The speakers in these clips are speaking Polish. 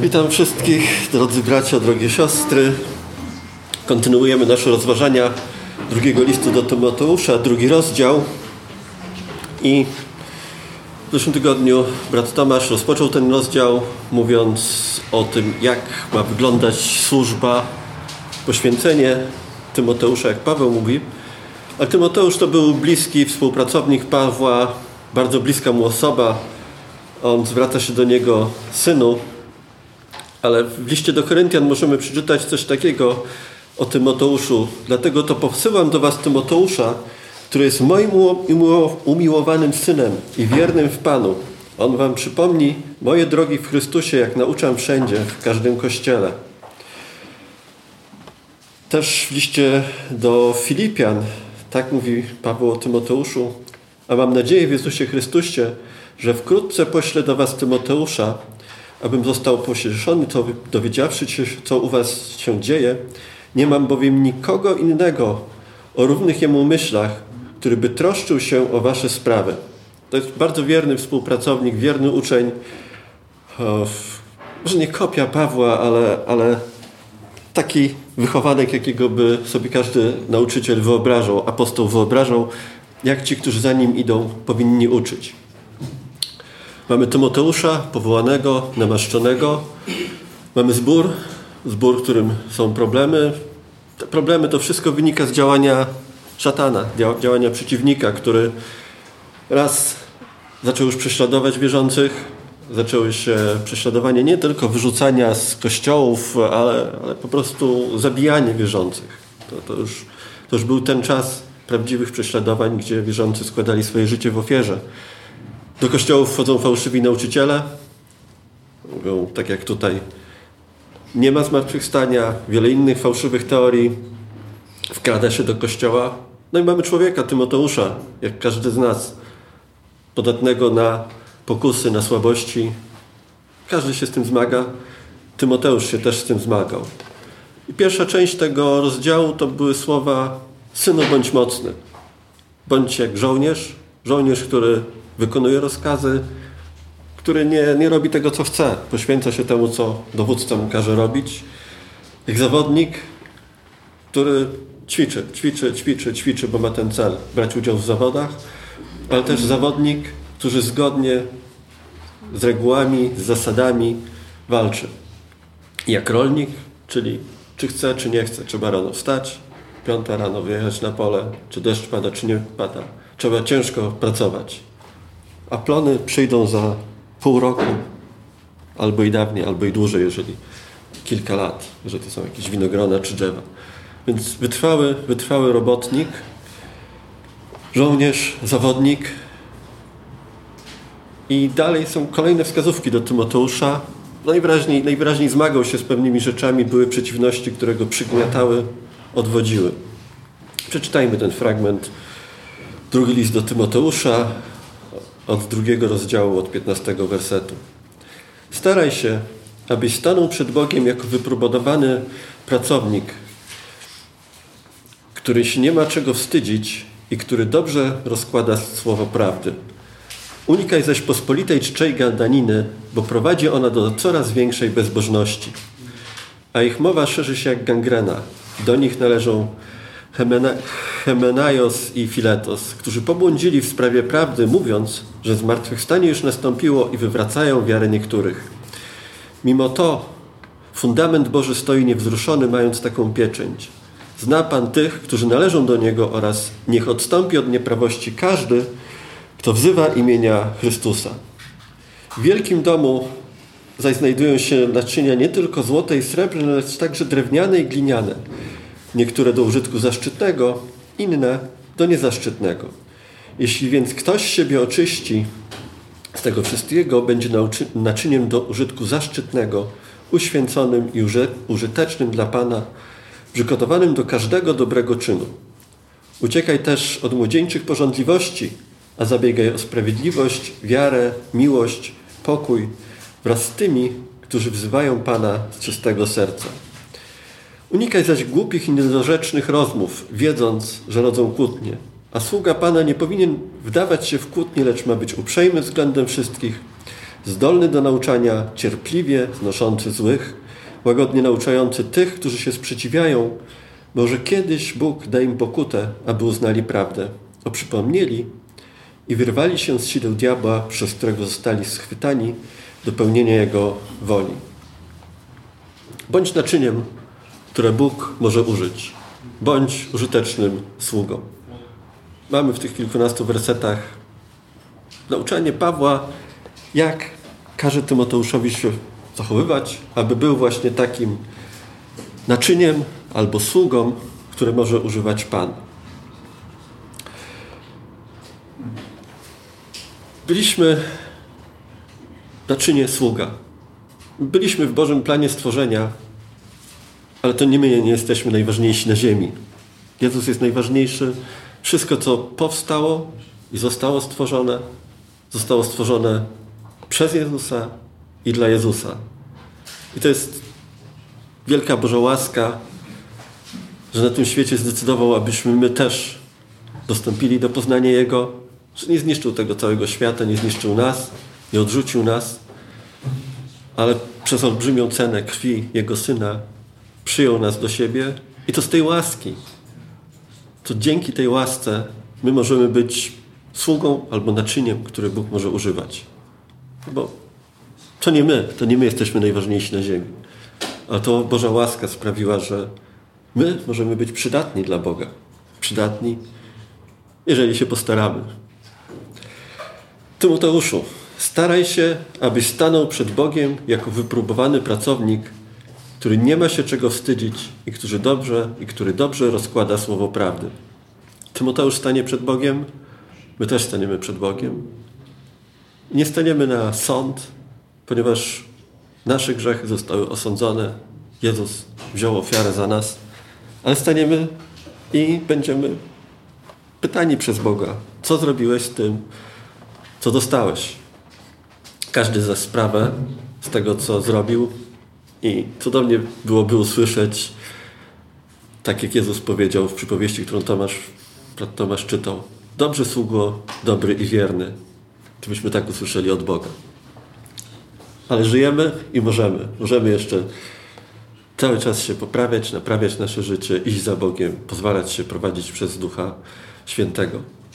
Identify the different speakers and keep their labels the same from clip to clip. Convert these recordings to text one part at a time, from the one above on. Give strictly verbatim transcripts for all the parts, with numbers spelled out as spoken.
Speaker 1: Witam wszystkich, drodzy bracia, drogie siostry. Kontynuujemy nasze rozważania drugiego listu do Tymoteusza, drugi rozdział. I w zeszłym tygodniu brat Tomasz rozpoczął ten rozdział, mówiąc o tym, jak ma wyglądać służba, poświęcenie Tymoteusza, jak Paweł mówi. A Tymoteusz to był bliski współpracownik Pawła, bardzo bliska mu osoba. On zwraca się do niego synu. Ale w liście do Koryntian możemy przeczytać coś takiego o Tymoteuszu. Dlatego to posyłam do was Tymoteusza, który jest moim umiłowanym synem i wiernym w Panu. On wam przypomni moje drogi w Chrystusie, jak nauczam wszędzie, w każdym kościele. Też w liście do Filipian, tak mówi Paweł o Tymoteuszu, a mam nadzieję w Jezusie Chrystusie, że wkrótce poślę do was Tymoteusza, abym został pocieszony, to dowiedziawszy się, co u was się dzieje. Nie mam bowiem nikogo innego o równych jemu myślach, który by troszczył się o wasze sprawy. To jest bardzo wierny współpracownik, wierny uczeń. O, może nie kopia Pawła, ale, ale taki wychowanek, jakiego by sobie każdy nauczyciel wyobrażał, apostoł wyobrażał, jak ci, którzy za nim idą, powinni uczyć. Mamy Tymoteusza, powołanego, namaszczonego. Mamy zbór, zbór, w którym są problemy. Te problemy to wszystko wynika z działania szatana, działania przeciwnika, który raz zaczął już prześladować wierzących. Zaczęły się prześladowanie nie tylko wyrzucania z kościołów, ale, ale po prostu zabijanie wierzących. To, to, już, to już był ten czas prawdziwych prześladowań, gdzie wierzący składali swoje życie w ofierze. Do kościołów wchodzą fałszywi nauczyciele. Mówią, tak jak tutaj, nie ma zmartwychwstania, wiele innych fałszywych teorii. Wkrada się do kościoła. No i mamy człowieka, Tymoteusza, jak każdy z nas, podatnego na pokusy, na słabości. Każdy się z tym zmaga. Tymoteusz się też z tym zmagał. I pierwsza część tego rozdziału to były słowa: synu, bądź mocny. Bądź jak żołnierz. Żołnierz, który wykonuje rozkazy, który nie, nie robi tego, co chce. Poświęca się temu, co dowódca mu każe robić. Jak zawodnik, który ćwiczy, ćwiczy, ćwiczy, ćwiczy, bo ma ten cel, brać udział w zawodach, ale też zawodnik, który zgodnie z regułami, z zasadami walczy. I jak rolnik, czyli czy chce, czy nie chce. Trzeba rano wstać, piąta rano wyjechać na pole, czy deszcz pada, czy nie pada. Trzeba ciężko pracować. A plony przyjdą za pół roku, albo i dawniej, albo i dłużej, jeżeli kilka lat, jeżeli to są jakieś winogrona czy drzewa. Więc wytrwały, wytrwały robotnik, żołnierz, zawodnik. I dalej są kolejne wskazówki do Tymoteusza. Najwyraźniej, najwyraźniej zmagał się z pewnymi rzeczami, były przeciwności, które go przygniatały, odwodziły. Przeczytajmy ten fragment. Drugi list do Tymoteusza, od drugiego rozdziału, od piętnastego wersetu. Staraj się, abyś stanął przed Bogiem jako wypróbowany pracownik, który się nie ma czego wstydzić i który dobrze rozkłada słowo prawdy. Unikaj zaś pospolitej czczej gadaniny, bo prowadzi ona do coraz większej bezbożności. A ich mowa szerzy się jak gangrena. Do nich należą Hemena, Hemenaios i Filetos, którzy pobłądzili w sprawie prawdy, mówiąc, że zmartwychwstanie już nastąpiło i wywracają wiarę niektórych. Mimo to fundament Boży stoi niewzruszony, mając taką pieczęć. Zna Pan tych, którzy należą do Niego, oraz niech odstąpi od nieprawości każdy, kto wzywa imienia Chrystusa. W wielkim domu zaś znajdują się naczynia nie tylko złote i srebrne, lecz także drewniane i gliniane. Niektóre do użytku zaszczytnego, inne do niezaszczytnego. Jeśli więc ktoś siebie oczyści z tego wszystkiego, będzie naczyniem do użytku zaszczytnego, uświęconym i użytecznym dla Pana, przygotowanym do każdego dobrego czynu. Uciekaj też od młodzieńczych pożądliwości, a zabiegaj o sprawiedliwość, wiarę, miłość, pokój wraz z tymi, którzy wzywają Pana z czystego serca. Unikaj zaś głupich i niedorzecznych rozmów, wiedząc, że rodzą kłótnie. A sługa Pana nie powinien wdawać się w kłótnie, lecz ma być uprzejmy względem wszystkich, zdolny do nauczania, cierpliwie znoszący złych, łagodnie nauczający tych, którzy się sprzeciwiają. Może kiedyś Bóg da im pokutę, aby uznali prawdę, oprzypomnieli i wyrwali się z sideł diabła, przez którego zostali schwytani do pełnienia Jego woli. Bądź naczyniem, które Bóg może użyć. Bądź użytecznym sługą. Mamy w tych kilkunastu wersetach nauczanie Pawła, jak każe Tymoteuszowi się zachowywać, aby był właśnie takim naczyniem albo sługą, które może używać Pan. Byliśmy naczynie sługa. Byliśmy w Bożym planie stworzenia, ale to nie my nie jesteśmy najważniejsi na ziemi. Jezus jest najważniejszy. Wszystko, co powstało i zostało stworzone, zostało stworzone przez Jezusa i dla Jezusa. I to jest wielka Boża łaska, że na tym świecie zdecydował, abyśmy my też dostąpili do poznania Jego, że nie zniszczył tego całego świata, nie zniszczył nas, nie odrzucił nas, ale przez olbrzymią cenę krwi Jego Syna przyjął nas do siebie i to z tej łaski. To dzięki tej łasce my możemy być sługą albo naczyniem, które Bóg może używać. Bo to nie my, to nie my jesteśmy najważniejsi na ziemi. Ale to Boża łaska sprawiła, że my możemy być przydatni dla Boga. Przydatni, jeżeli się postaramy. Tymoteuszu, staraj się, abyś stanął przed Bogiem jako wypróbowany pracownik, który nie ma się czego wstydzić i który dobrze, i który dobrze rozkłada słowo prawdy. Tymoteusz stanie przed Bogiem, my też staniemy przed Bogiem. Nie staniemy na sąd, ponieważ nasze grzechy zostały osądzone. Jezus wziął ofiarę za nas, ale staniemy i będziemy pytani przez Boga, co zrobiłeś z tym, co dostałeś. Każdy za sprawę z tego, co zrobił, i cudownie byłoby usłyszeć, tak jak Jezus powiedział w przypowieści, którą Tomasz, Tomasz czytał. Dobrze sługo, dobry i wierny. Gdybyśmy tak usłyszeli od Boga. Ale żyjemy i możemy. Możemy jeszcze cały czas się poprawiać, naprawiać nasze życie, iść za Bogiem, pozwalać się prowadzić przez Ducha Świętego.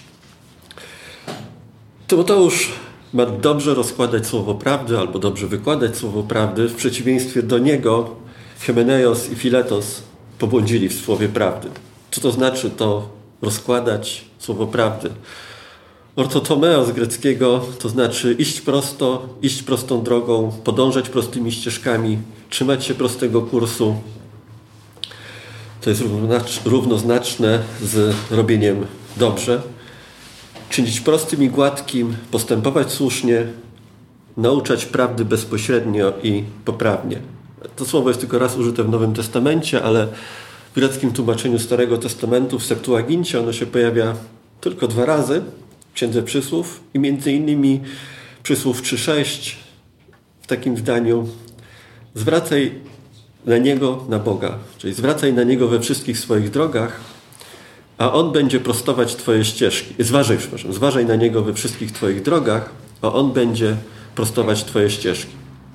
Speaker 1: Tymoteusz ma dobrze rozkładać słowo prawdy albo dobrze wykładać słowo prawdy. W przeciwieństwie do niego Hymeneios i Filetos pobłądzili w słowie prawdy. Co to znaczy to rozkładać słowo prawdy? Orthotomeo z greckiego to znaczy iść prosto, iść prostą drogą, podążać prostymi ścieżkami, trzymać się prostego kursu. To jest równoznaczne z robieniem dobrze. Czynić prostym i gładkim, postępować słusznie, nauczać prawdy bezpośrednio i poprawnie. To słowo jest tylko raz użyte w Nowym Testamencie, ale w greckim tłumaczeniu Starego Testamentu, w Septuagincie, ono się pojawia tylko dwa razy w Księdze Przysłów i między innymi Przysłów trzy sześć w takim zdaniu: zwracaj na Niego, na Boga, czyli zwracaj na Niego we wszystkich swoich drogach, a On będzie prostować Twoje ścieżki. Zważaj, przepraszam, zważaj na Niego we wszystkich Twoich drogach, a On będzie prostować Twoje ścieżki.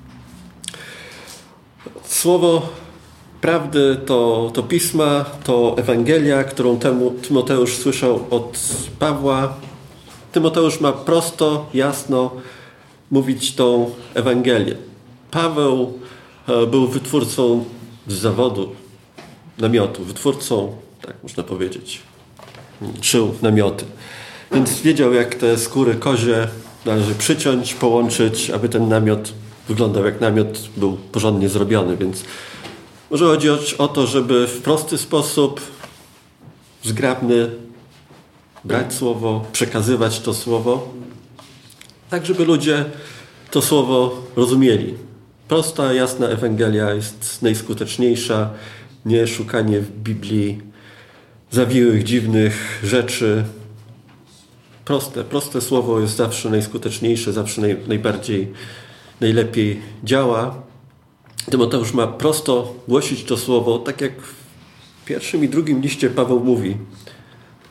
Speaker 1: Słowo prawdy to, to pisma, to Ewangelia, którą temu Tymoteusz słyszał od Pawła. Tymoteusz ma prosto, jasno mówić tą Ewangelię. Paweł był wytwórcą z zawodu namiotu, wytwórcą, tak można powiedzieć, szył namioty. Więc wiedział, jak te skóry kozie należy przyciąć, połączyć, aby ten namiot wyglądał jak namiot, był porządnie zrobiony. Więc może chodzi o to, żeby w prosty sposób, zgrabny, brać słowo, przekazywać to słowo, tak żeby ludzie to słowo rozumieli. Prosta, jasna Ewangelia jest najskuteczniejsza. Nie szukanie w Biblii zawiłych, dziwnych rzeczy. Proste, proste słowo jest zawsze najskuteczniejsze, zawsze naj, najbardziej, najlepiej działa. Tymoteusz ma prosto głosić to słowo, tak jak w pierwszym i drugim liście Paweł mówi.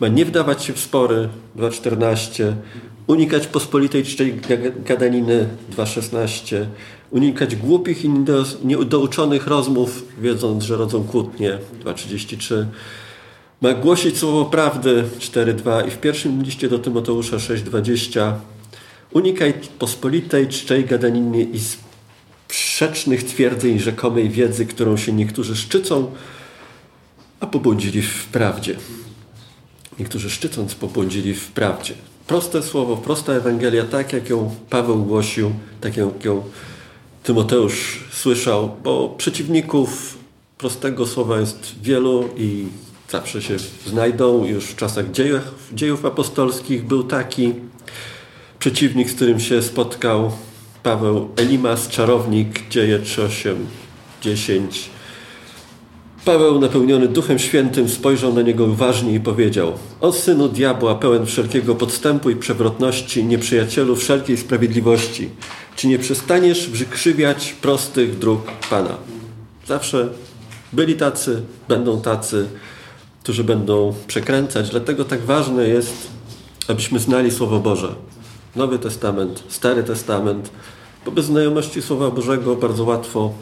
Speaker 1: Ma nie wdawać się w spory, dwa czternaście, unikać pospolitej czczej gadaniny, dwa szesnaście, unikać głupich i niedouczonych rozmów, wiedząc, że rodzą kłótnie, dwa trzydzieści trzy. Ma głosić słowo prawdy, cztery dwa i w pierwszym liście do Tymoteusza sześć dwadzieścia. Unikaj pospolitej czczej gadaniny i sprzecznych twierdzeń rzekomej wiedzy, którą się niektórzy szczycą, a pobłądzili w prawdzie. Niektórzy szczycąc pobłądzili w prawdzie. Proste słowo, prosta Ewangelia, tak jak ją Paweł głosił, tak jak ją Tymoteusz słyszał, bo przeciwników prostego słowa jest wielu i zawsze się znajdą. Już w czasach dziejów, dziejów apostolskich był taki przeciwnik, z którym się spotkał Paweł, Elimas, czarownik, Dzieje trzy osiem dziesięć. Paweł, napełniony Duchem Świętym, spojrzał na niego uważnie i powiedział: o synu diabła, pełen wszelkiego podstępu i przewrotności, nieprzyjacielu wszelkiej sprawiedliwości, czy nie przestaniesz wykrzywiać prostych dróg Pana? Zawsze byli tacy, będą tacy, którzy będą przekręcać. Dlatego tak ważne jest, abyśmy znali Słowo Boże. Nowy Testament, Stary Testament, bo bez znajomości Słowa Bożego bardzo łatwo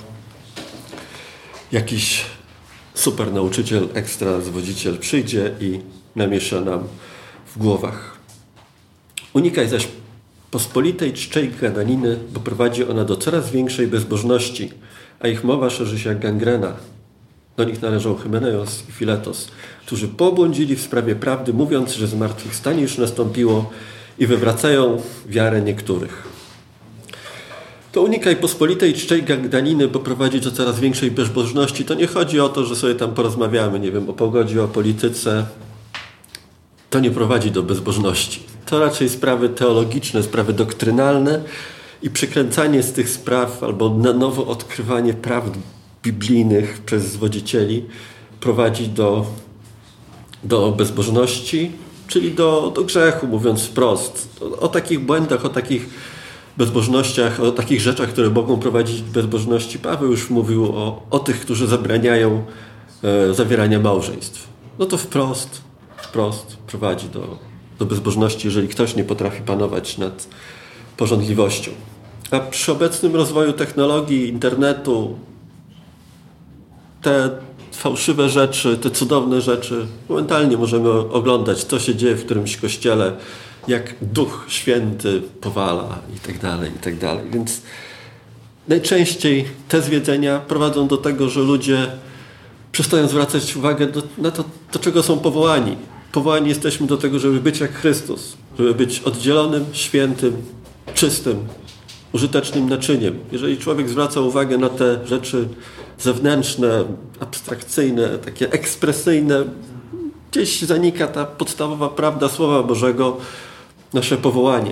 Speaker 1: jakiś super nauczyciel, ekstra zwodziciel przyjdzie i namiesza nam w głowach. Unikaj zaś pospolitej czczej gadaniny, bo prowadzi ona do coraz większej bezbożności, a ich mowa szerzy się jak gangrena. Do nich należą Hymeneos i Filetos, którzy pobłądzili w sprawie prawdy, mówiąc, że zmartwychwstanie już nastąpiło i wywracają wiarę niektórych. To unikaj pospolitej czczej gadaniny, bo prowadzi do coraz większej bezbożności. To nie chodzi o to, że sobie tam porozmawiamy, nie wiem, o pogodzie, o polityce. To nie prowadzi do bezbożności. To raczej sprawy teologiczne, sprawy doktrynalne i przykręcanie z tych spraw albo na nowo odkrywanie prawd biblijnych przez zwodzicieli prowadzi do, do bezbożności, czyli do, do grzechu, mówiąc wprost. O, o takich błędach, o takich bezbożnościach, o takich rzeczach, które mogą prowadzić do bezbożności. Paweł już mówił o, o tych, którzy zabraniają e, zawierania małżeństw. No to wprost, wprost prowadzi do, do bezbożności, jeżeli ktoś nie potrafi panować nad pożądliwością. A przy obecnym rozwoju technologii, internetu, te fałszywe rzeczy, te cudowne rzeczy, momentalnie możemy oglądać, co się dzieje w którymś kościele, jak Duch Święty powala i tak dalej, i tak dalej. Więc najczęściej te zwiedzenia prowadzą do tego, że ludzie przestają zwracać uwagę do, na to, do czego są powołani. Powołani jesteśmy do tego, żeby być jak Chrystus, żeby być oddzielonym, świętym, czystym, użytecznym naczyniem. Jeżeli człowiek zwraca uwagę na te rzeczy zewnętrzne, abstrakcyjne, takie ekspresyjne, gdzieś zanika ta podstawowa prawda Słowa Bożego, nasze powołanie.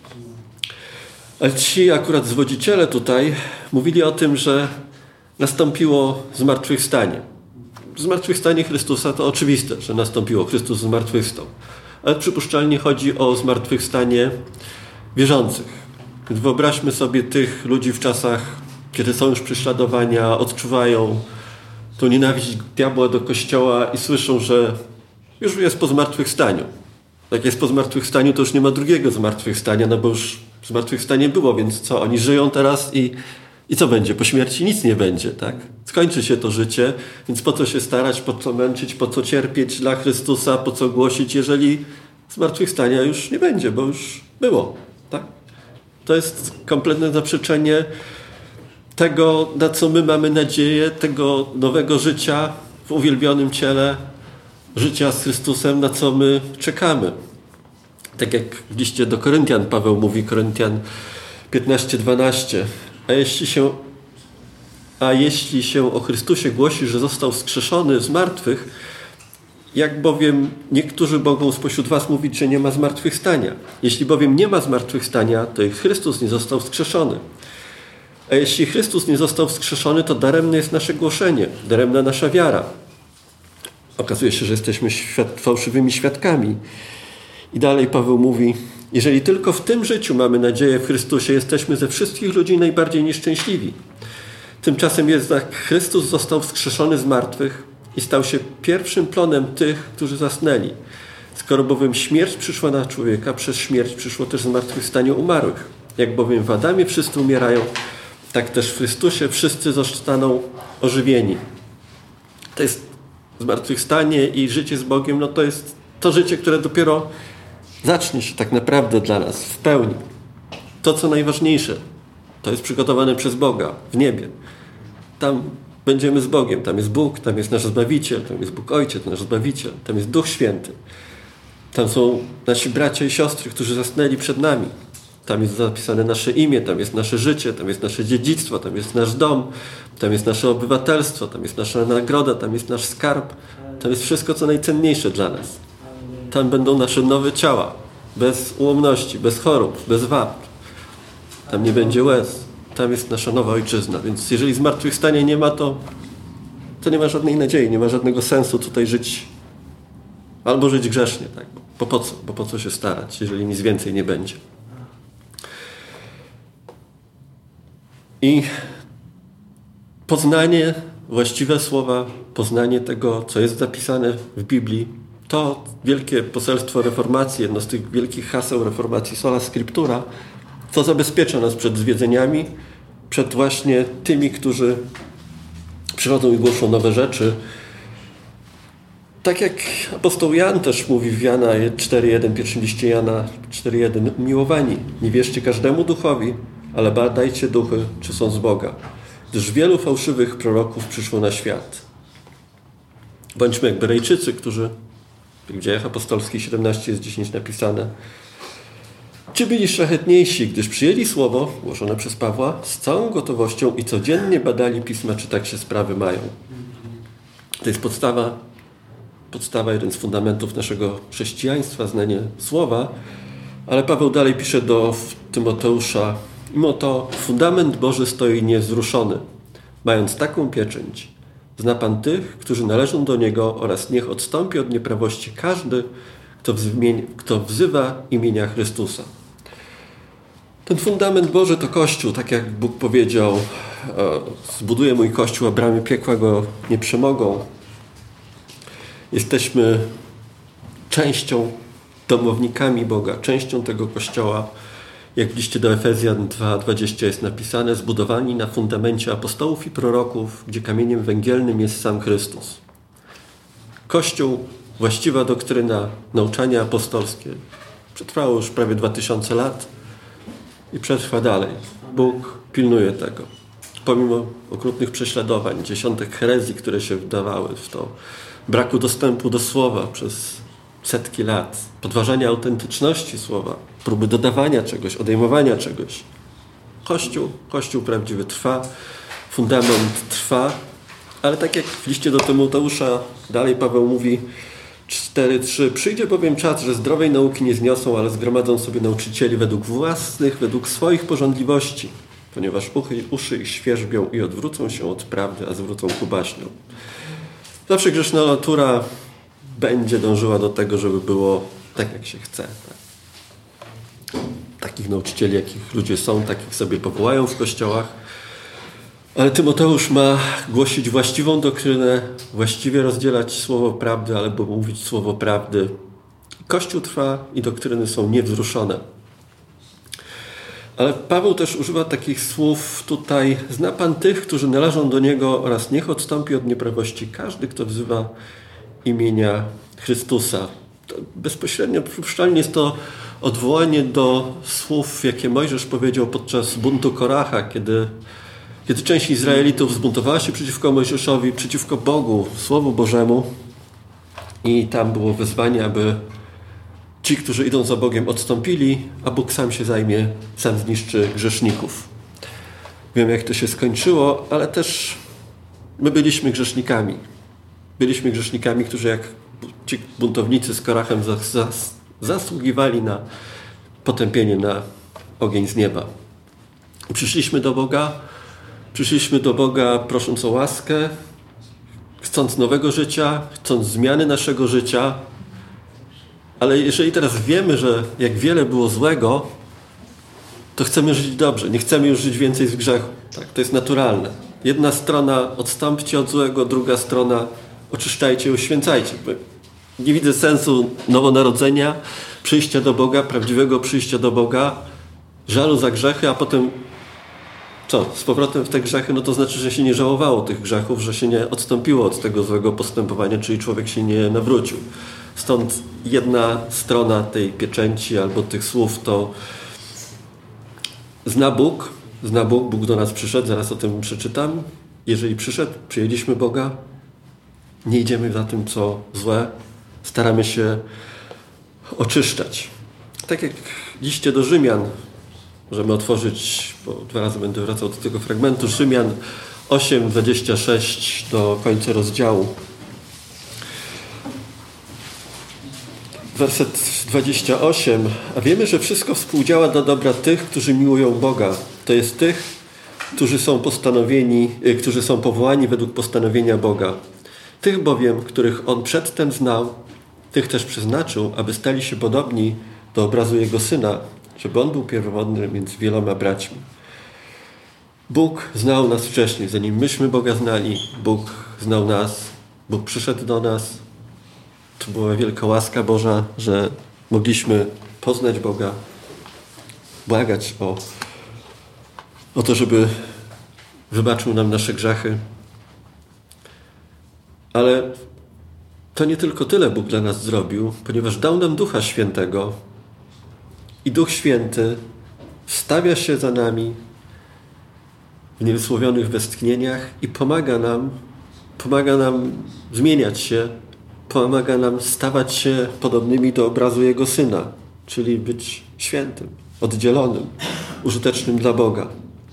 Speaker 1: Ale ci akurat zwodziciele tutaj mówili o tym, że nastąpiło zmartwychwstanie. Zmartwychwstanie Chrystusa to oczywiste, że nastąpiło. Chrystus zmartwychwstał. Ale przypuszczalnie chodzi o zmartwychwstanie wierzących. Więc wyobraźmy sobie tych ludzi w czasach, kiedy są już prześladowania, odczuwają tą nienawiść diabła do Kościoła i słyszą, że już jest po zmartwychwstaniu. Jak jest po zmartwychwstaniu, to już nie ma drugiego zmartwychwstania, no bo już zmartwychwstanie było, więc co? Oni żyją teraz i, i co będzie? Po śmierci nic nie będzie, tak? Skończy się to życie, więc po co się starać, po co męczyć, po co cierpieć dla Chrystusa, po co głosić, jeżeli zmartwychwstania już nie będzie, bo już było, tak? To jest kompletne zaprzeczenie tego, na co my mamy nadzieję, tego nowego życia w uwielbionym ciele, życia z Chrystusem, na co my czekamy. Tak jak w liście do Koryntian Paweł mówi, Koryntian piętnaście dwanaście. A jeśli się, a jeśli się o Chrystusie głosi, że został wskrzeszony z martwych, jak bowiem niektórzy mogą spośród was mówić, że nie ma zmartwychwstania. Jeśli bowiem nie ma zmartwychwstania, to i Chrystus nie został wskrzeszony. A jeśli Chrystus nie został wskrzeszony, to daremne jest nasze głoszenie, daremna nasza wiara. Okazuje się, że jesteśmy świad- fałszywymi świadkami. I dalej Paweł mówi, jeżeli tylko w tym życiu mamy nadzieję w Chrystusie, jesteśmy ze wszystkich ludzi najbardziej nieszczęśliwi. Tymczasem jednak Chrystus został wskrzeszony z martwych i stał się pierwszym plonem tych, którzy zasnęli. Skoro bowiem śmierć przyszła na człowieka, przez śmierć przyszło też zmartwychwstanie umarłych. Jak bowiem w Adamie wszyscy umierają, tak też w Chrystusie wszyscy zostaną ożywieni. To jest zmartwychwstanie i życie z Bogiem, no to jest to życie, które dopiero zacznie się tak naprawdę dla nas w pełni. To, co najważniejsze, to jest przygotowane przez Boga w niebie. Tam będziemy z Bogiem, tam jest Bóg, tam jest nasz Zbawiciel, tam jest Bóg Ojciec, nasz Zbawiciel, tam jest Duch Święty. Tam są nasi bracia i siostry, którzy zasnęli przed nami. Tam jest zapisane nasze imię, tam jest nasze życie, tam jest nasze dziedzictwo, tam jest nasz dom, tam jest nasze obywatelstwo, tam jest nasza nagroda, tam jest nasz skarb. Tam jest wszystko, co najcenniejsze dla nas. Tam będą nasze nowe ciała, bez ułomności, bez chorób, bez wad. Tam nie będzie łez. Tam jest nasza nowa ojczyzna. Więc jeżeli zmartwychwstania nie ma, to, to nie ma żadnej nadziei, nie ma żadnego sensu tutaj żyć. Albo żyć grzesznie, tak? Bo po co? Bo po co się starać, jeżeli nic więcej nie będzie? I poznanie, właściwe słowa, poznanie tego, co jest zapisane w Biblii, to wielkie poselstwo reformacji, jedno z tych wielkich haseł reformacji, sola scriptura, co zabezpiecza nas przed zwiedzeniami, przed właśnie tymi, którzy przychodzą i głoszą nowe rzeczy. Tak jak apostoł Jan też mówi w Jana cztery jeden, pierwszym liście Jana cztery jeden, miłowani, nie wierzcie każdemu duchowi, ale badajcie duchy, czy są z Boga, gdyż wielu fałszywych proroków przyszło na świat. Bądźmy jak Berejczycy, którzy w Dziejach Apostolskich siedemnaście jest dziesięć napisane. Ci byli szlachetniejsi, gdyż przyjęli słowo głoszone przez Pawła z całą gotowością i codziennie badali pisma, czy tak się sprawy mają. To jest podstawa, podstawa, jeden z fundamentów naszego chrześcijaństwa, znanie słowa, ale Paweł dalej pisze do Tymoteusza: mimo to fundament Boży stoi niewzruszony, mając taką pieczęć. Zna Pan tych, którzy należą do Niego, oraz niech odstąpi od nieprawości każdy, kto, wzmień, kto wzywa imienia Chrystusa. Ten fundament Boży to Kościół, tak jak Bóg powiedział: zbuduję mój Kościół, a bramy piekła go nie przemogą. Jesteśmy częścią, domownikami Boga, częścią tego Kościoła. Jak w liście do Efezjan dwa dwadzieścia jest napisane, zbudowani na fundamencie apostołów i proroków, gdzie kamieniem węgielnym jest sam Chrystus. Kościół, właściwa doktryna, nauczanie apostolskie przetrwało już prawie dwa tysiące lat i przetrwa dalej. Bóg pilnuje tego. Pomimo okrutnych prześladowań, dziesiątek herezji, które się wdawały w to, braku dostępu do słowa przez setki lat, podważania autentyczności słowa, próby dodawania czegoś, odejmowania czegoś. Kościół, Kościół prawdziwy trwa, fundament trwa, ale tak jak w liście do Tymoteusza dalej Paweł mówi cztery trzy, przyjdzie bowiem czas, że zdrowej nauki nie zniosą, ale zgromadzą sobie nauczycieli według własnych, według swoich pożądliwości, ponieważ uchy, uszy ich świerzbią i odwrócą się od prawdy, a zwrócą ku baśniom. Zawsze grzeszna natura będzie dążyła do tego, żeby było tak, jak się chce. Tak? Takich nauczycieli, jakich ludzie są, takich sobie powołają w kościołach. Ale Tymoteusz ma głosić właściwą doktrynę, właściwie rozdzielać słowo prawdy, albo mówić słowo prawdy. Kościół trwa i doktryny są niewzruszone. Ale Paweł też używa takich słów tutaj: zna Pan tych, którzy należą do Niego, oraz niech odstąpi od nieprawości każdy, kto wzywa imienia Chrystusa. To bezpośrednio przypuszczalnie jest to odwołanie do słów, jakie Mojżesz powiedział podczas buntu Koracha, kiedy, kiedy część Izraelitów zbuntowała się przeciwko Mojżeszowi, przeciwko Bogu, Słowu Bożemu, i tam było wezwanie, aby ci, którzy idą za Bogiem, odstąpili, a Bóg sam się zajmie, sam zniszczy grzeszników. Wiem, jak to się skończyło, ale też my byliśmy grzesznikami. Byliśmy grzesznikami, którzy jak ci buntownicy z Korachem zas, zas, zasługiwali na potępienie, na ogień z nieba. I przyszliśmy do Boga, przyszliśmy do Boga prosząc o łaskę, chcąc nowego życia, chcąc zmiany naszego życia. Ale jeżeli teraz wiemy, że jak wiele było złego, to chcemy żyć dobrze. Nie chcemy już żyć więcej z grzechu. Tak, to jest naturalne. Jedna strona: odstąpcie od złego, druga strona: oczyszczajcie, uświęcajcie. nie widzę sensu nowonarodzenia, przyjścia do Boga, prawdziwego przyjścia do Boga, żalu za grzechy, a potem co? Z powrotem w te grzechy, no to znaczy, że się nie żałowało tych grzechów, że się nie odstąpiło od tego złego postępowania, czyli człowiek się nie nawrócił. Stąd jedna strona tej pieczęci albo tych słów to zna Bóg, zna Bóg, Bóg do nas przyszedł, zaraz o tym przeczytam. Jeżeli przyszedł, przyjęliśmy Boga, nie idziemy za tym, co złe, staramy się oczyszczać. Tak jak w liście do Rzymian, możemy otworzyć, bo dwa razy będę wracał do tego fragmentu, Rzymian osiem, dwadzieścia sześć do końca rozdziału. Werset dwudziesty ósmy. A wiemy, że wszystko współdziała do dobra tych, którzy miłują Boga. To jest tych, którzy są postanowieni, którzy są powołani według postanowienia Boga. Tych bowiem, których On przedtem znał, tych też przeznaczył, aby stali się podobni do obrazu Jego Syna, żeby On był pierwowodny między wieloma braćmi. Bóg znał nas wcześniej, zanim myśmy Boga znali. Bóg znał nas, Bóg przyszedł do nas. To była wielka łaska Boża, że mogliśmy poznać Boga, błagać o, o to, żeby wybaczył nam nasze grzechy. Ale to nie tylko tyle Bóg dla nas zrobił, ponieważ dał nam Ducha Świętego i Duch Święty wstawia się za nami w niewysłowionych westchnieniach i pomaga nam, pomaga nam zmieniać się, pomaga nam stawać się podobnymi do obrazu Jego Syna, czyli być świętym, oddzielonym, użytecznym dla Boga.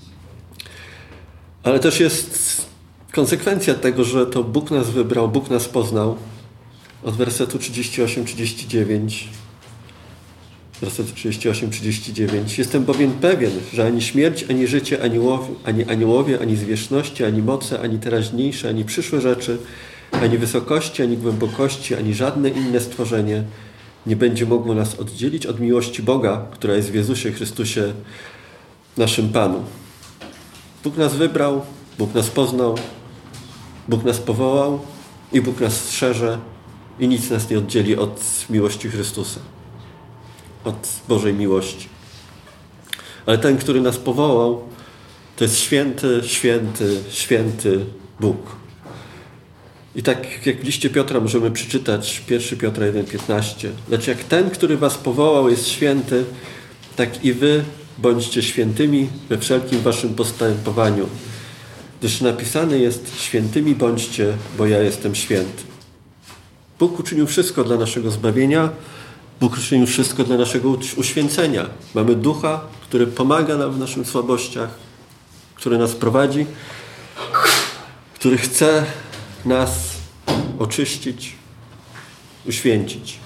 Speaker 1: Ale też jest konsekwencja tego, że to Bóg nas wybrał, Bóg nas poznał. Od wersetu trzydziestego ósmego trzydziestego dziewiątego. Werset trzydziesty ósmy trzydzieści dziewięć. Jestem bowiem pewien, że ani śmierć, ani życie, ani, łowi, ani aniołowie, ani zwierzchności, ani moce, ani teraźniejsze, ani przyszłe rzeczy, ani wysokości, ani głębokości, ani żadne inne stworzenie nie będzie mogło nas oddzielić od miłości Boga, która jest w Jezusie Chrystusie, naszym Panu. Bóg nas wybrał, Bóg nas poznał, Bóg nas powołał i Bóg nas strzeże i nic nas nie oddzieli od miłości Chrystusa, od Bożej miłości. Ale ten, który nas powołał, to jest święty, święty, święty Bóg. I tak jak w liście Piotra możemy przeczytać, pierwszy Piotra jeden piętnaście. Lecz jak ten, który was powołał, jest święty, tak i wy bądźcie świętymi we wszelkim waszym postępowaniu. Gdyż napisane jest, świętymi bądźcie, bo ja jestem święty. Bóg uczynił wszystko dla naszego zbawienia, Bóg uczynił wszystko dla naszego uświęcenia. Mamy Ducha, który pomaga nam w naszych słabościach, który nas prowadzi, który chce nas oczyścić, uświęcić.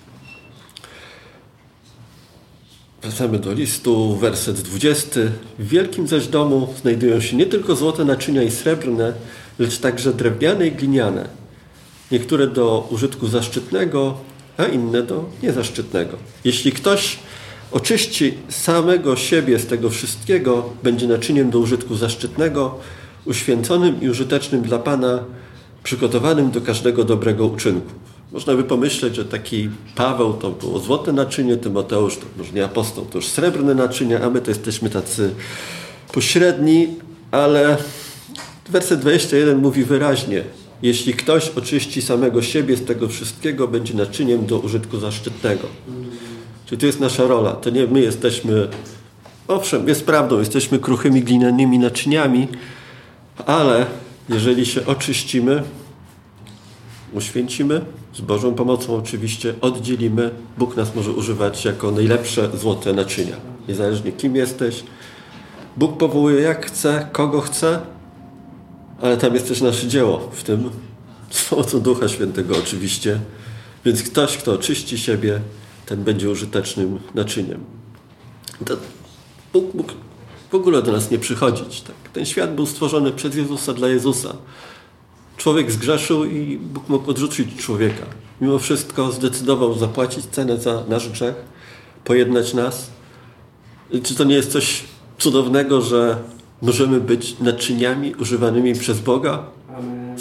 Speaker 1: Wracamy do listu, werset dwudziesty. W wielkim zaś domu znajdują się nie tylko złote naczynia i srebrne, lecz także drewniane i gliniane. Niektóre do użytku zaszczytnego, a inne do niezaszczytnego. Jeśli ktoś oczyści samego siebie z tego wszystkiego, będzie naczyniem do użytku zaszczytnego, uświęconym i użytecznym dla Pana, przygotowanym do każdego dobrego uczynku. Można by pomyśleć, że taki Paweł to było złote naczynie, Tymoteusz to może nie apostoł, to już srebrne naczynie, a my to jesteśmy tacy pośredni, ale werset dwudziesty jeden mówi wyraźnie: jeśli ktoś oczyści samego siebie z tego wszystkiego, będzie naczyniem do użytku zaszczytnego. Czyli to jest nasza rola. To nie my jesteśmy, owszem, jest prawdą, jesteśmy kruchymi, glinianymi naczyniami, ale jeżeli się oczyścimy, uświęcimy, z Bożą pomocą oczywiście, oddzielimy, Bóg nas może używać jako najlepsze złote naczynia. Niezależnie kim jesteś, Bóg powołuje jak chce, kogo chce, ale tam jest też nasze dzieło, w tym z pomocą Ducha Świętego oczywiście. Więc ktoś, kto oczyści siebie, ten będzie użytecznym naczyniem. To Bóg mógł w ogóle do nas nie przychodzić. Tak? Ten świat był stworzony przez Jezusa dla Jezusa. Człowiek zgrzeszył i Bóg mógł odrzucić człowieka. Mimo wszystko zdecydował zapłacić cenę za nasz grzech, pojednać nas. I czy to nie jest coś cudownego, że możemy być naczyniami używanymi przez Boga?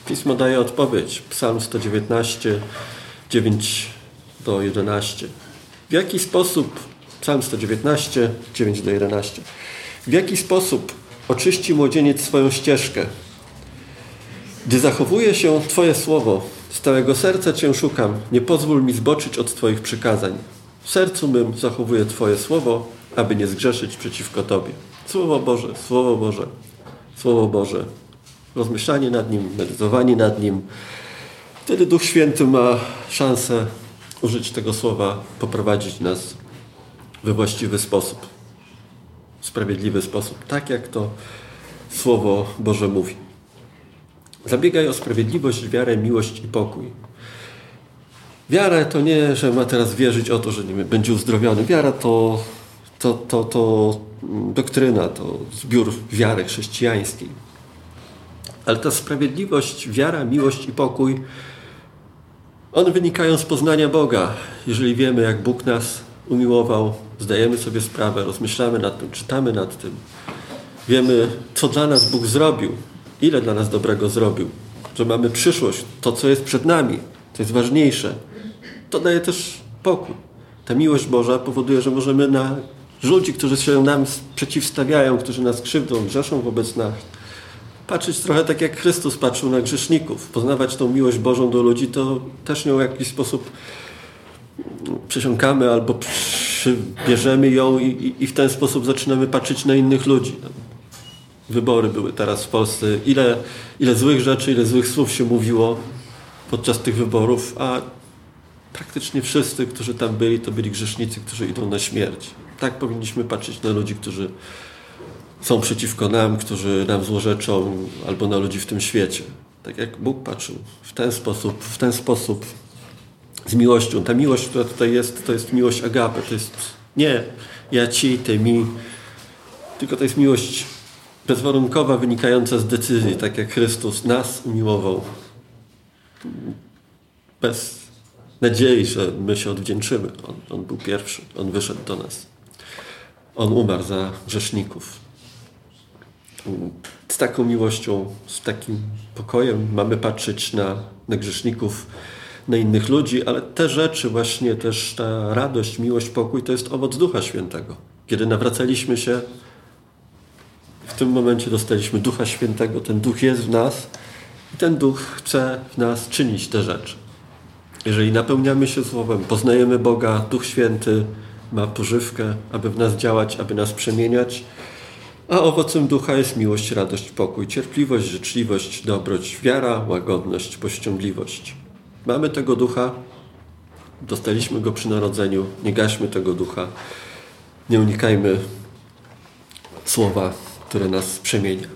Speaker 1: Pismo daje odpowiedź. Psalm sto dziewiętnaście, dziewięć do jedenastu. W jaki sposób, Psalm sto dziewiętnaście, dziewięć do jedenastu. W jaki sposób oczyści młodzieniec swoją ścieżkę? Gdy zachowuje się Twoje słowo, z całego serca Cię szukam, nie pozwól mi zboczyć od Twoich przykazań. W sercu mym zachowuję Twoje słowo, aby nie zgrzeszyć przeciwko Tobie. Słowo Boże, Słowo Boże, Słowo Boże. Rozmyślanie nad nim, medytowanie nad nim. Wtedy Duch Święty ma szansę użyć tego słowa, poprowadzić nas we właściwy sposób, w sprawiedliwy sposób, tak jak to Słowo Boże mówi. Zabiegaj o sprawiedliwość, wiarę, miłość i pokój. Wiara to nie, że ma teraz wierzyć o to, że nie wiem, będzie uzdrowiony. Wiara to, to, to, to doktryna, to zbiór wiary chrześcijańskiej. Ale ta sprawiedliwość, wiara, miłość i pokój, one wynikają z poznania Boga. Jeżeli wiemy, jak Bóg nas umiłował, zdajemy sobie sprawę, rozmyślamy nad tym, czytamy nad tym, wiemy, co dla nas Bóg zrobił, ile dla nas dobrego zrobił, że mamy przyszłość, to, co jest przed nami, to jest ważniejsze. To daje też pokój. Ta miłość Boża powoduje, że możemy na ludzi, którzy się nam przeciwstawiają, którzy nas krzywdzą, grzeszą wobec nas, patrzeć trochę tak, jak Chrystus patrzył na grzeszników. Poznawać tą miłość Bożą do ludzi, to też nią w jakiś sposób przesiąkamy albo bierzemy ją i, i, i w ten sposób zaczynamy patrzeć na innych ludzi. Wybory były teraz w Polsce. Ile, ile złych rzeczy, ile złych słów się mówiło podczas tych wyborów, a praktycznie wszyscy, którzy tam byli, to byli grzesznicy, którzy idą na śmierć. Tak powinniśmy patrzeć na ludzi, którzy są przeciwko nam, którzy nam złorzeczą, albo na ludzi w tym świecie. Tak jak Bóg patrzył. W ten sposób, w ten sposób z miłością. Ta miłość, która tutaj jest, to jest miłość agape. To jest nie ja ci, ty mi, tylko to jest miłość bezwarunkowa, wynikająca z decyzji, tak jak Chrystus nas umiłował. Bez nadziei, że my się odwdzięczymy. On, on był pierwszy. On wyszedł do nas. On umarł za grzeszników. Z taką miłością, z takim pokojem mamy patrzeć na, na grzeszników, na innych ludzi, ale te rzeczy właśnie, też ta radość, miłość, pokój, to jest owoc Ducha Świętego. Kiedy nawracaliśmy się, w tym momencie dostaliśmy Ducha Świętego, ten Duch jest w nas i ten Duch chce w nas czynić te rzeczy. Jeżeli napełniamy się Słowem, poznajemy Boga, Duch Święty ma pożywkę, aby w nas działać, aby nas przemieniać, a owocem Ducha jest miłość, radość, pokój, cierpliwość, życzliwość, dobroć, wiara, łagodność, powściągliwość. Mamy tego Ducha, dostaliśmy Go przy narodzeniu, nie gaśmy tego Ducha, nie unikajmy słowa, które nas przemienia.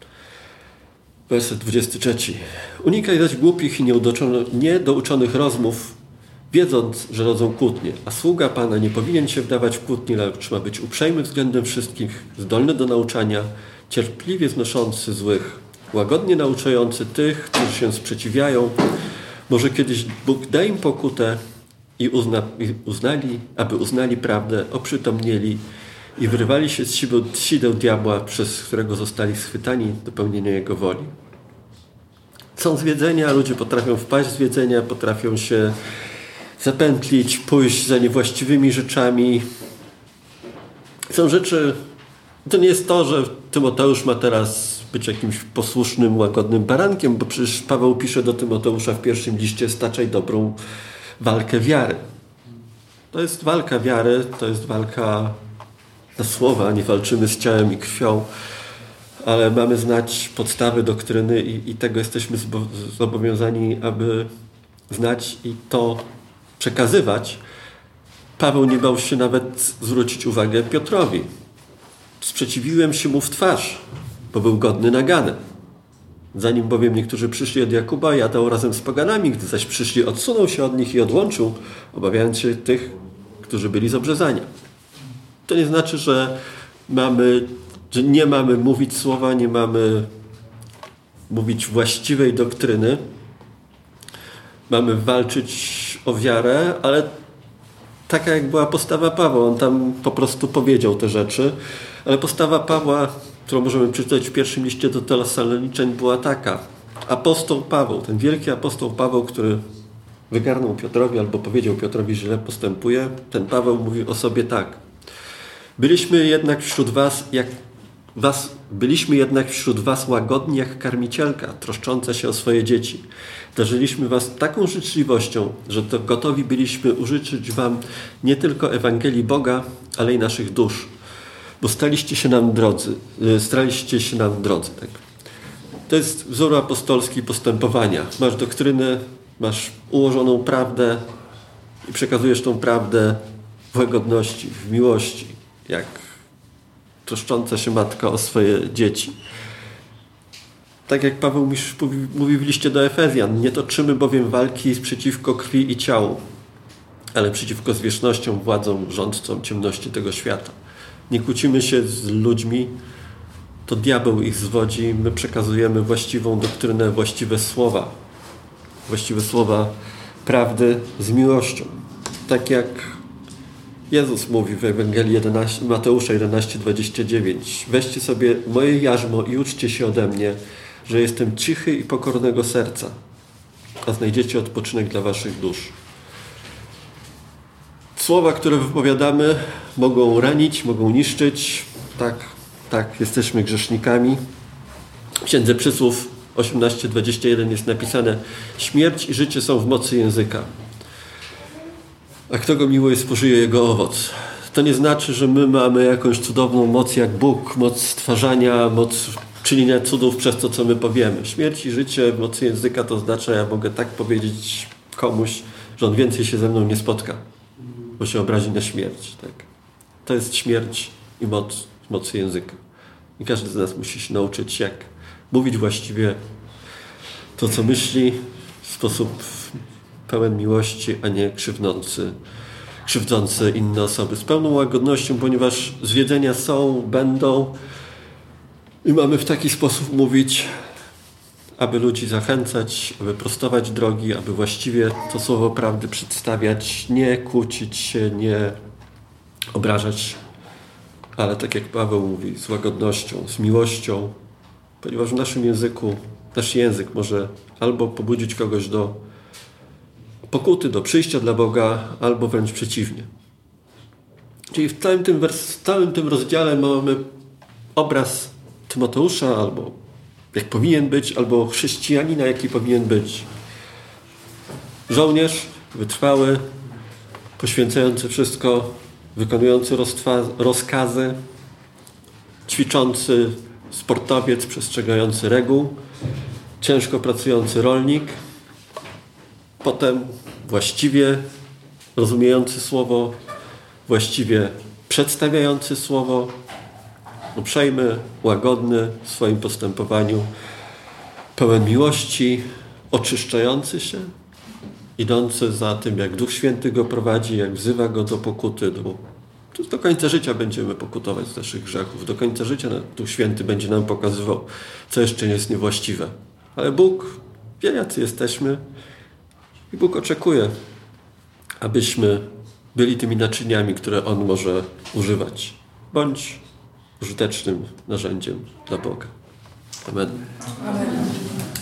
Speaker 1: Werset dwudziesty trzeci. Unikaj zaś głupich i niedouczonych rozmów, wiedząc, że rodzą kłótnie. A sługa Pana nie powinien się wdawać w kłótnie, lecz ma być uprzejmy względem wszystkich, zdolny do nauczania, cierpliwie znoszący złych, łagodnie nauczający tych, którzy się sprzeciwiają. Może kiedyś Bóg da im pokutę i, uzna, i uznali, aby uznali prawdę, oprzytomnieli i wyrywali się z sideł, sideł diabła, przez którego zostali schwytani do pełnienia Jego woli. Są zwiedzenia, ludzie potrafią wpaść w zwiedzenia, potrafią się zapętlić, pójść za niewłaściwymi rzeczami. Są rzeczy, to nie jest to, że Tymoteusz ma teraz być jakimś posłusznym, łagodnym barankiem, bo przecież Paweł pisze do Tymoteusza w pierwszym liście: staczaj dobrą walkę wiary. To jest walka wiary, to jest walka na słowa, nie walczymy z ciałem i krwią, ale mamy znać podstawy doktryny i, i tego jesteśmy zobowiązani, aby znać i to przekazywać. Paweł nie bał się nawet zwrócić uwagę Piotrowi. Sprzeciwiłem się mu w twarz, bo był godny nagany. Zanim bowiem niektórzy przyszli od Jakuba, jadał razem z poganami, gdy zaś przyszli, odsunął się od nich i odłączył, obawiając się tych, którzy byli z obrzezania. To nie znaczy, że mamy, że nie mamy mówić słowa, nie mamy mówić właściwej doktryny. Mamy walczyć o wiarę, ale taka jak była postawa Pawła. On tam po prostu powiedział te rzeczy, ale postawa Pawła, którą możemy przeczytać w pierwszym liście do Tesaloniczan, była taka: apostoł Paweł, ten wielki apostoł Paweł, który wygarnął Piotrowi albo powiedział Piotrowi, że źle postępuje, ten Paweł mówi o sobie tak. Byliśmy jednak wśród was, jak was, byliśmy jednak wśród was łagodni jak karmicielka, troszcząca się o swoje dzieci. Darzyliśmy was taką życzliwością, że to gotowi byliśmy użyczyć wam nie tylko Ewangelii Boga, ale i naszych dusz. Bo staliście się nam drodzy, staliście się nam drodzy. Tak? To jest wzór apostolski postępowania. Masz doktrynę, masz ułożoną prawdę i przekazujesz tą prawdę w łagodności, w miłości, jak troszcząca się matka o swoje dzieci. Tak jak Paweł mówi w liście do Efezjan, nie toczymy bowiem walki przeciwko krwi i ciału, ale przeciwko zwierzchnościom, władzom, rządcom ciemności tego świata. Nie kłócimy się z ludźmi, to diabeł ich zwodzi, my przekazujemy właściwą doktrynę, właściwe słowa, właściwe słowa prawdy z miłością. Tak jak Jezus mówi w Ewangelii jedenaście, Mateusza jedenaście dwadzieścia dziewięć. Weźcie sobie moje jarzmo i uczcie się ode mnie, że jestem cichy i pokornego serca, a znajdziecie odpoczynek dla waszych dusz. Słowa, które wypowiadamy, mogą ranić, mogą niszczyć. Tak, tak, jesteśmy grzesznikami. W Księdze Przysłów osiemnaście dwadzieścia jeden jest napisane: śmierć i życie są w mocy języka, a kto go miłuje, spożyje jego owoc. To nie znaczy, że my mamy jakąś cudowną moc jak Bóg, moc stwarzania, moc czynienia cudów przez to, co my powiemy. Śmierć i życie w mocy języka to oznacza, ja mogę tak powiedzieć komuś, że on więcej się ze mną nie spotka, bo się obrazi na śmierć. Tak? To jest śmierć i moc w mocy języka. I każdy z nas musi się nauczyć, jak mówić właściwie to, co myśli, w sposób pełen miłości, a nie krzywdzący, krzywdzący inne osoby. Z pełną łagodnością, ponieważ zwiedzenia są, będą i mamy w taki sposób mówić, aby ludzi zachęcać, aby prostować drogi, aby właściwie to słowo prawdy przedstawiać, nie kłócić się, nie obrażać, ale tak jak Paweł mówi, z łagodnością, z miłością, ponieważ w naszym języku, nasz język może albo pobudzić kogoś do pokuty, do przyjścia dla Boga, albo wręcz przeciwnie. Czyli w całym tym, wers- w całym tym rozdziale mamy obraz Tymoteusza, albo jak powinien być, albo chrześcijanina, jaki powinien być. Żołnierz wytrwały, poświęcający wszystko, wykonujący roztwa- rozkazy, ćwiczący sportowiec, przestrzegający reguł, ciężko pracujący rolnik, potem właściwie rozumiejący słowo, właściwie przedstawiający słowo, uprzejmy, łagodny w swoim postępowaniu, pełen miłości, oczyszczający się, idący za tym, jak Duch Święty go prowadzi, jak wzywa go do pokuty. Do, do końca życia będziemy pokutować z naszych grzechów. Do końca życia Duch Święty będzie nam pokazywał, co jeszcze jest niewłaściwe. Ale Bóg wie, jacy jesteśmy i Bóg oczekuje, abyśmy byli tymi naczyniami, które On może używać. Bądź użytecznym narzędziem dla Boga. Amen. Amen.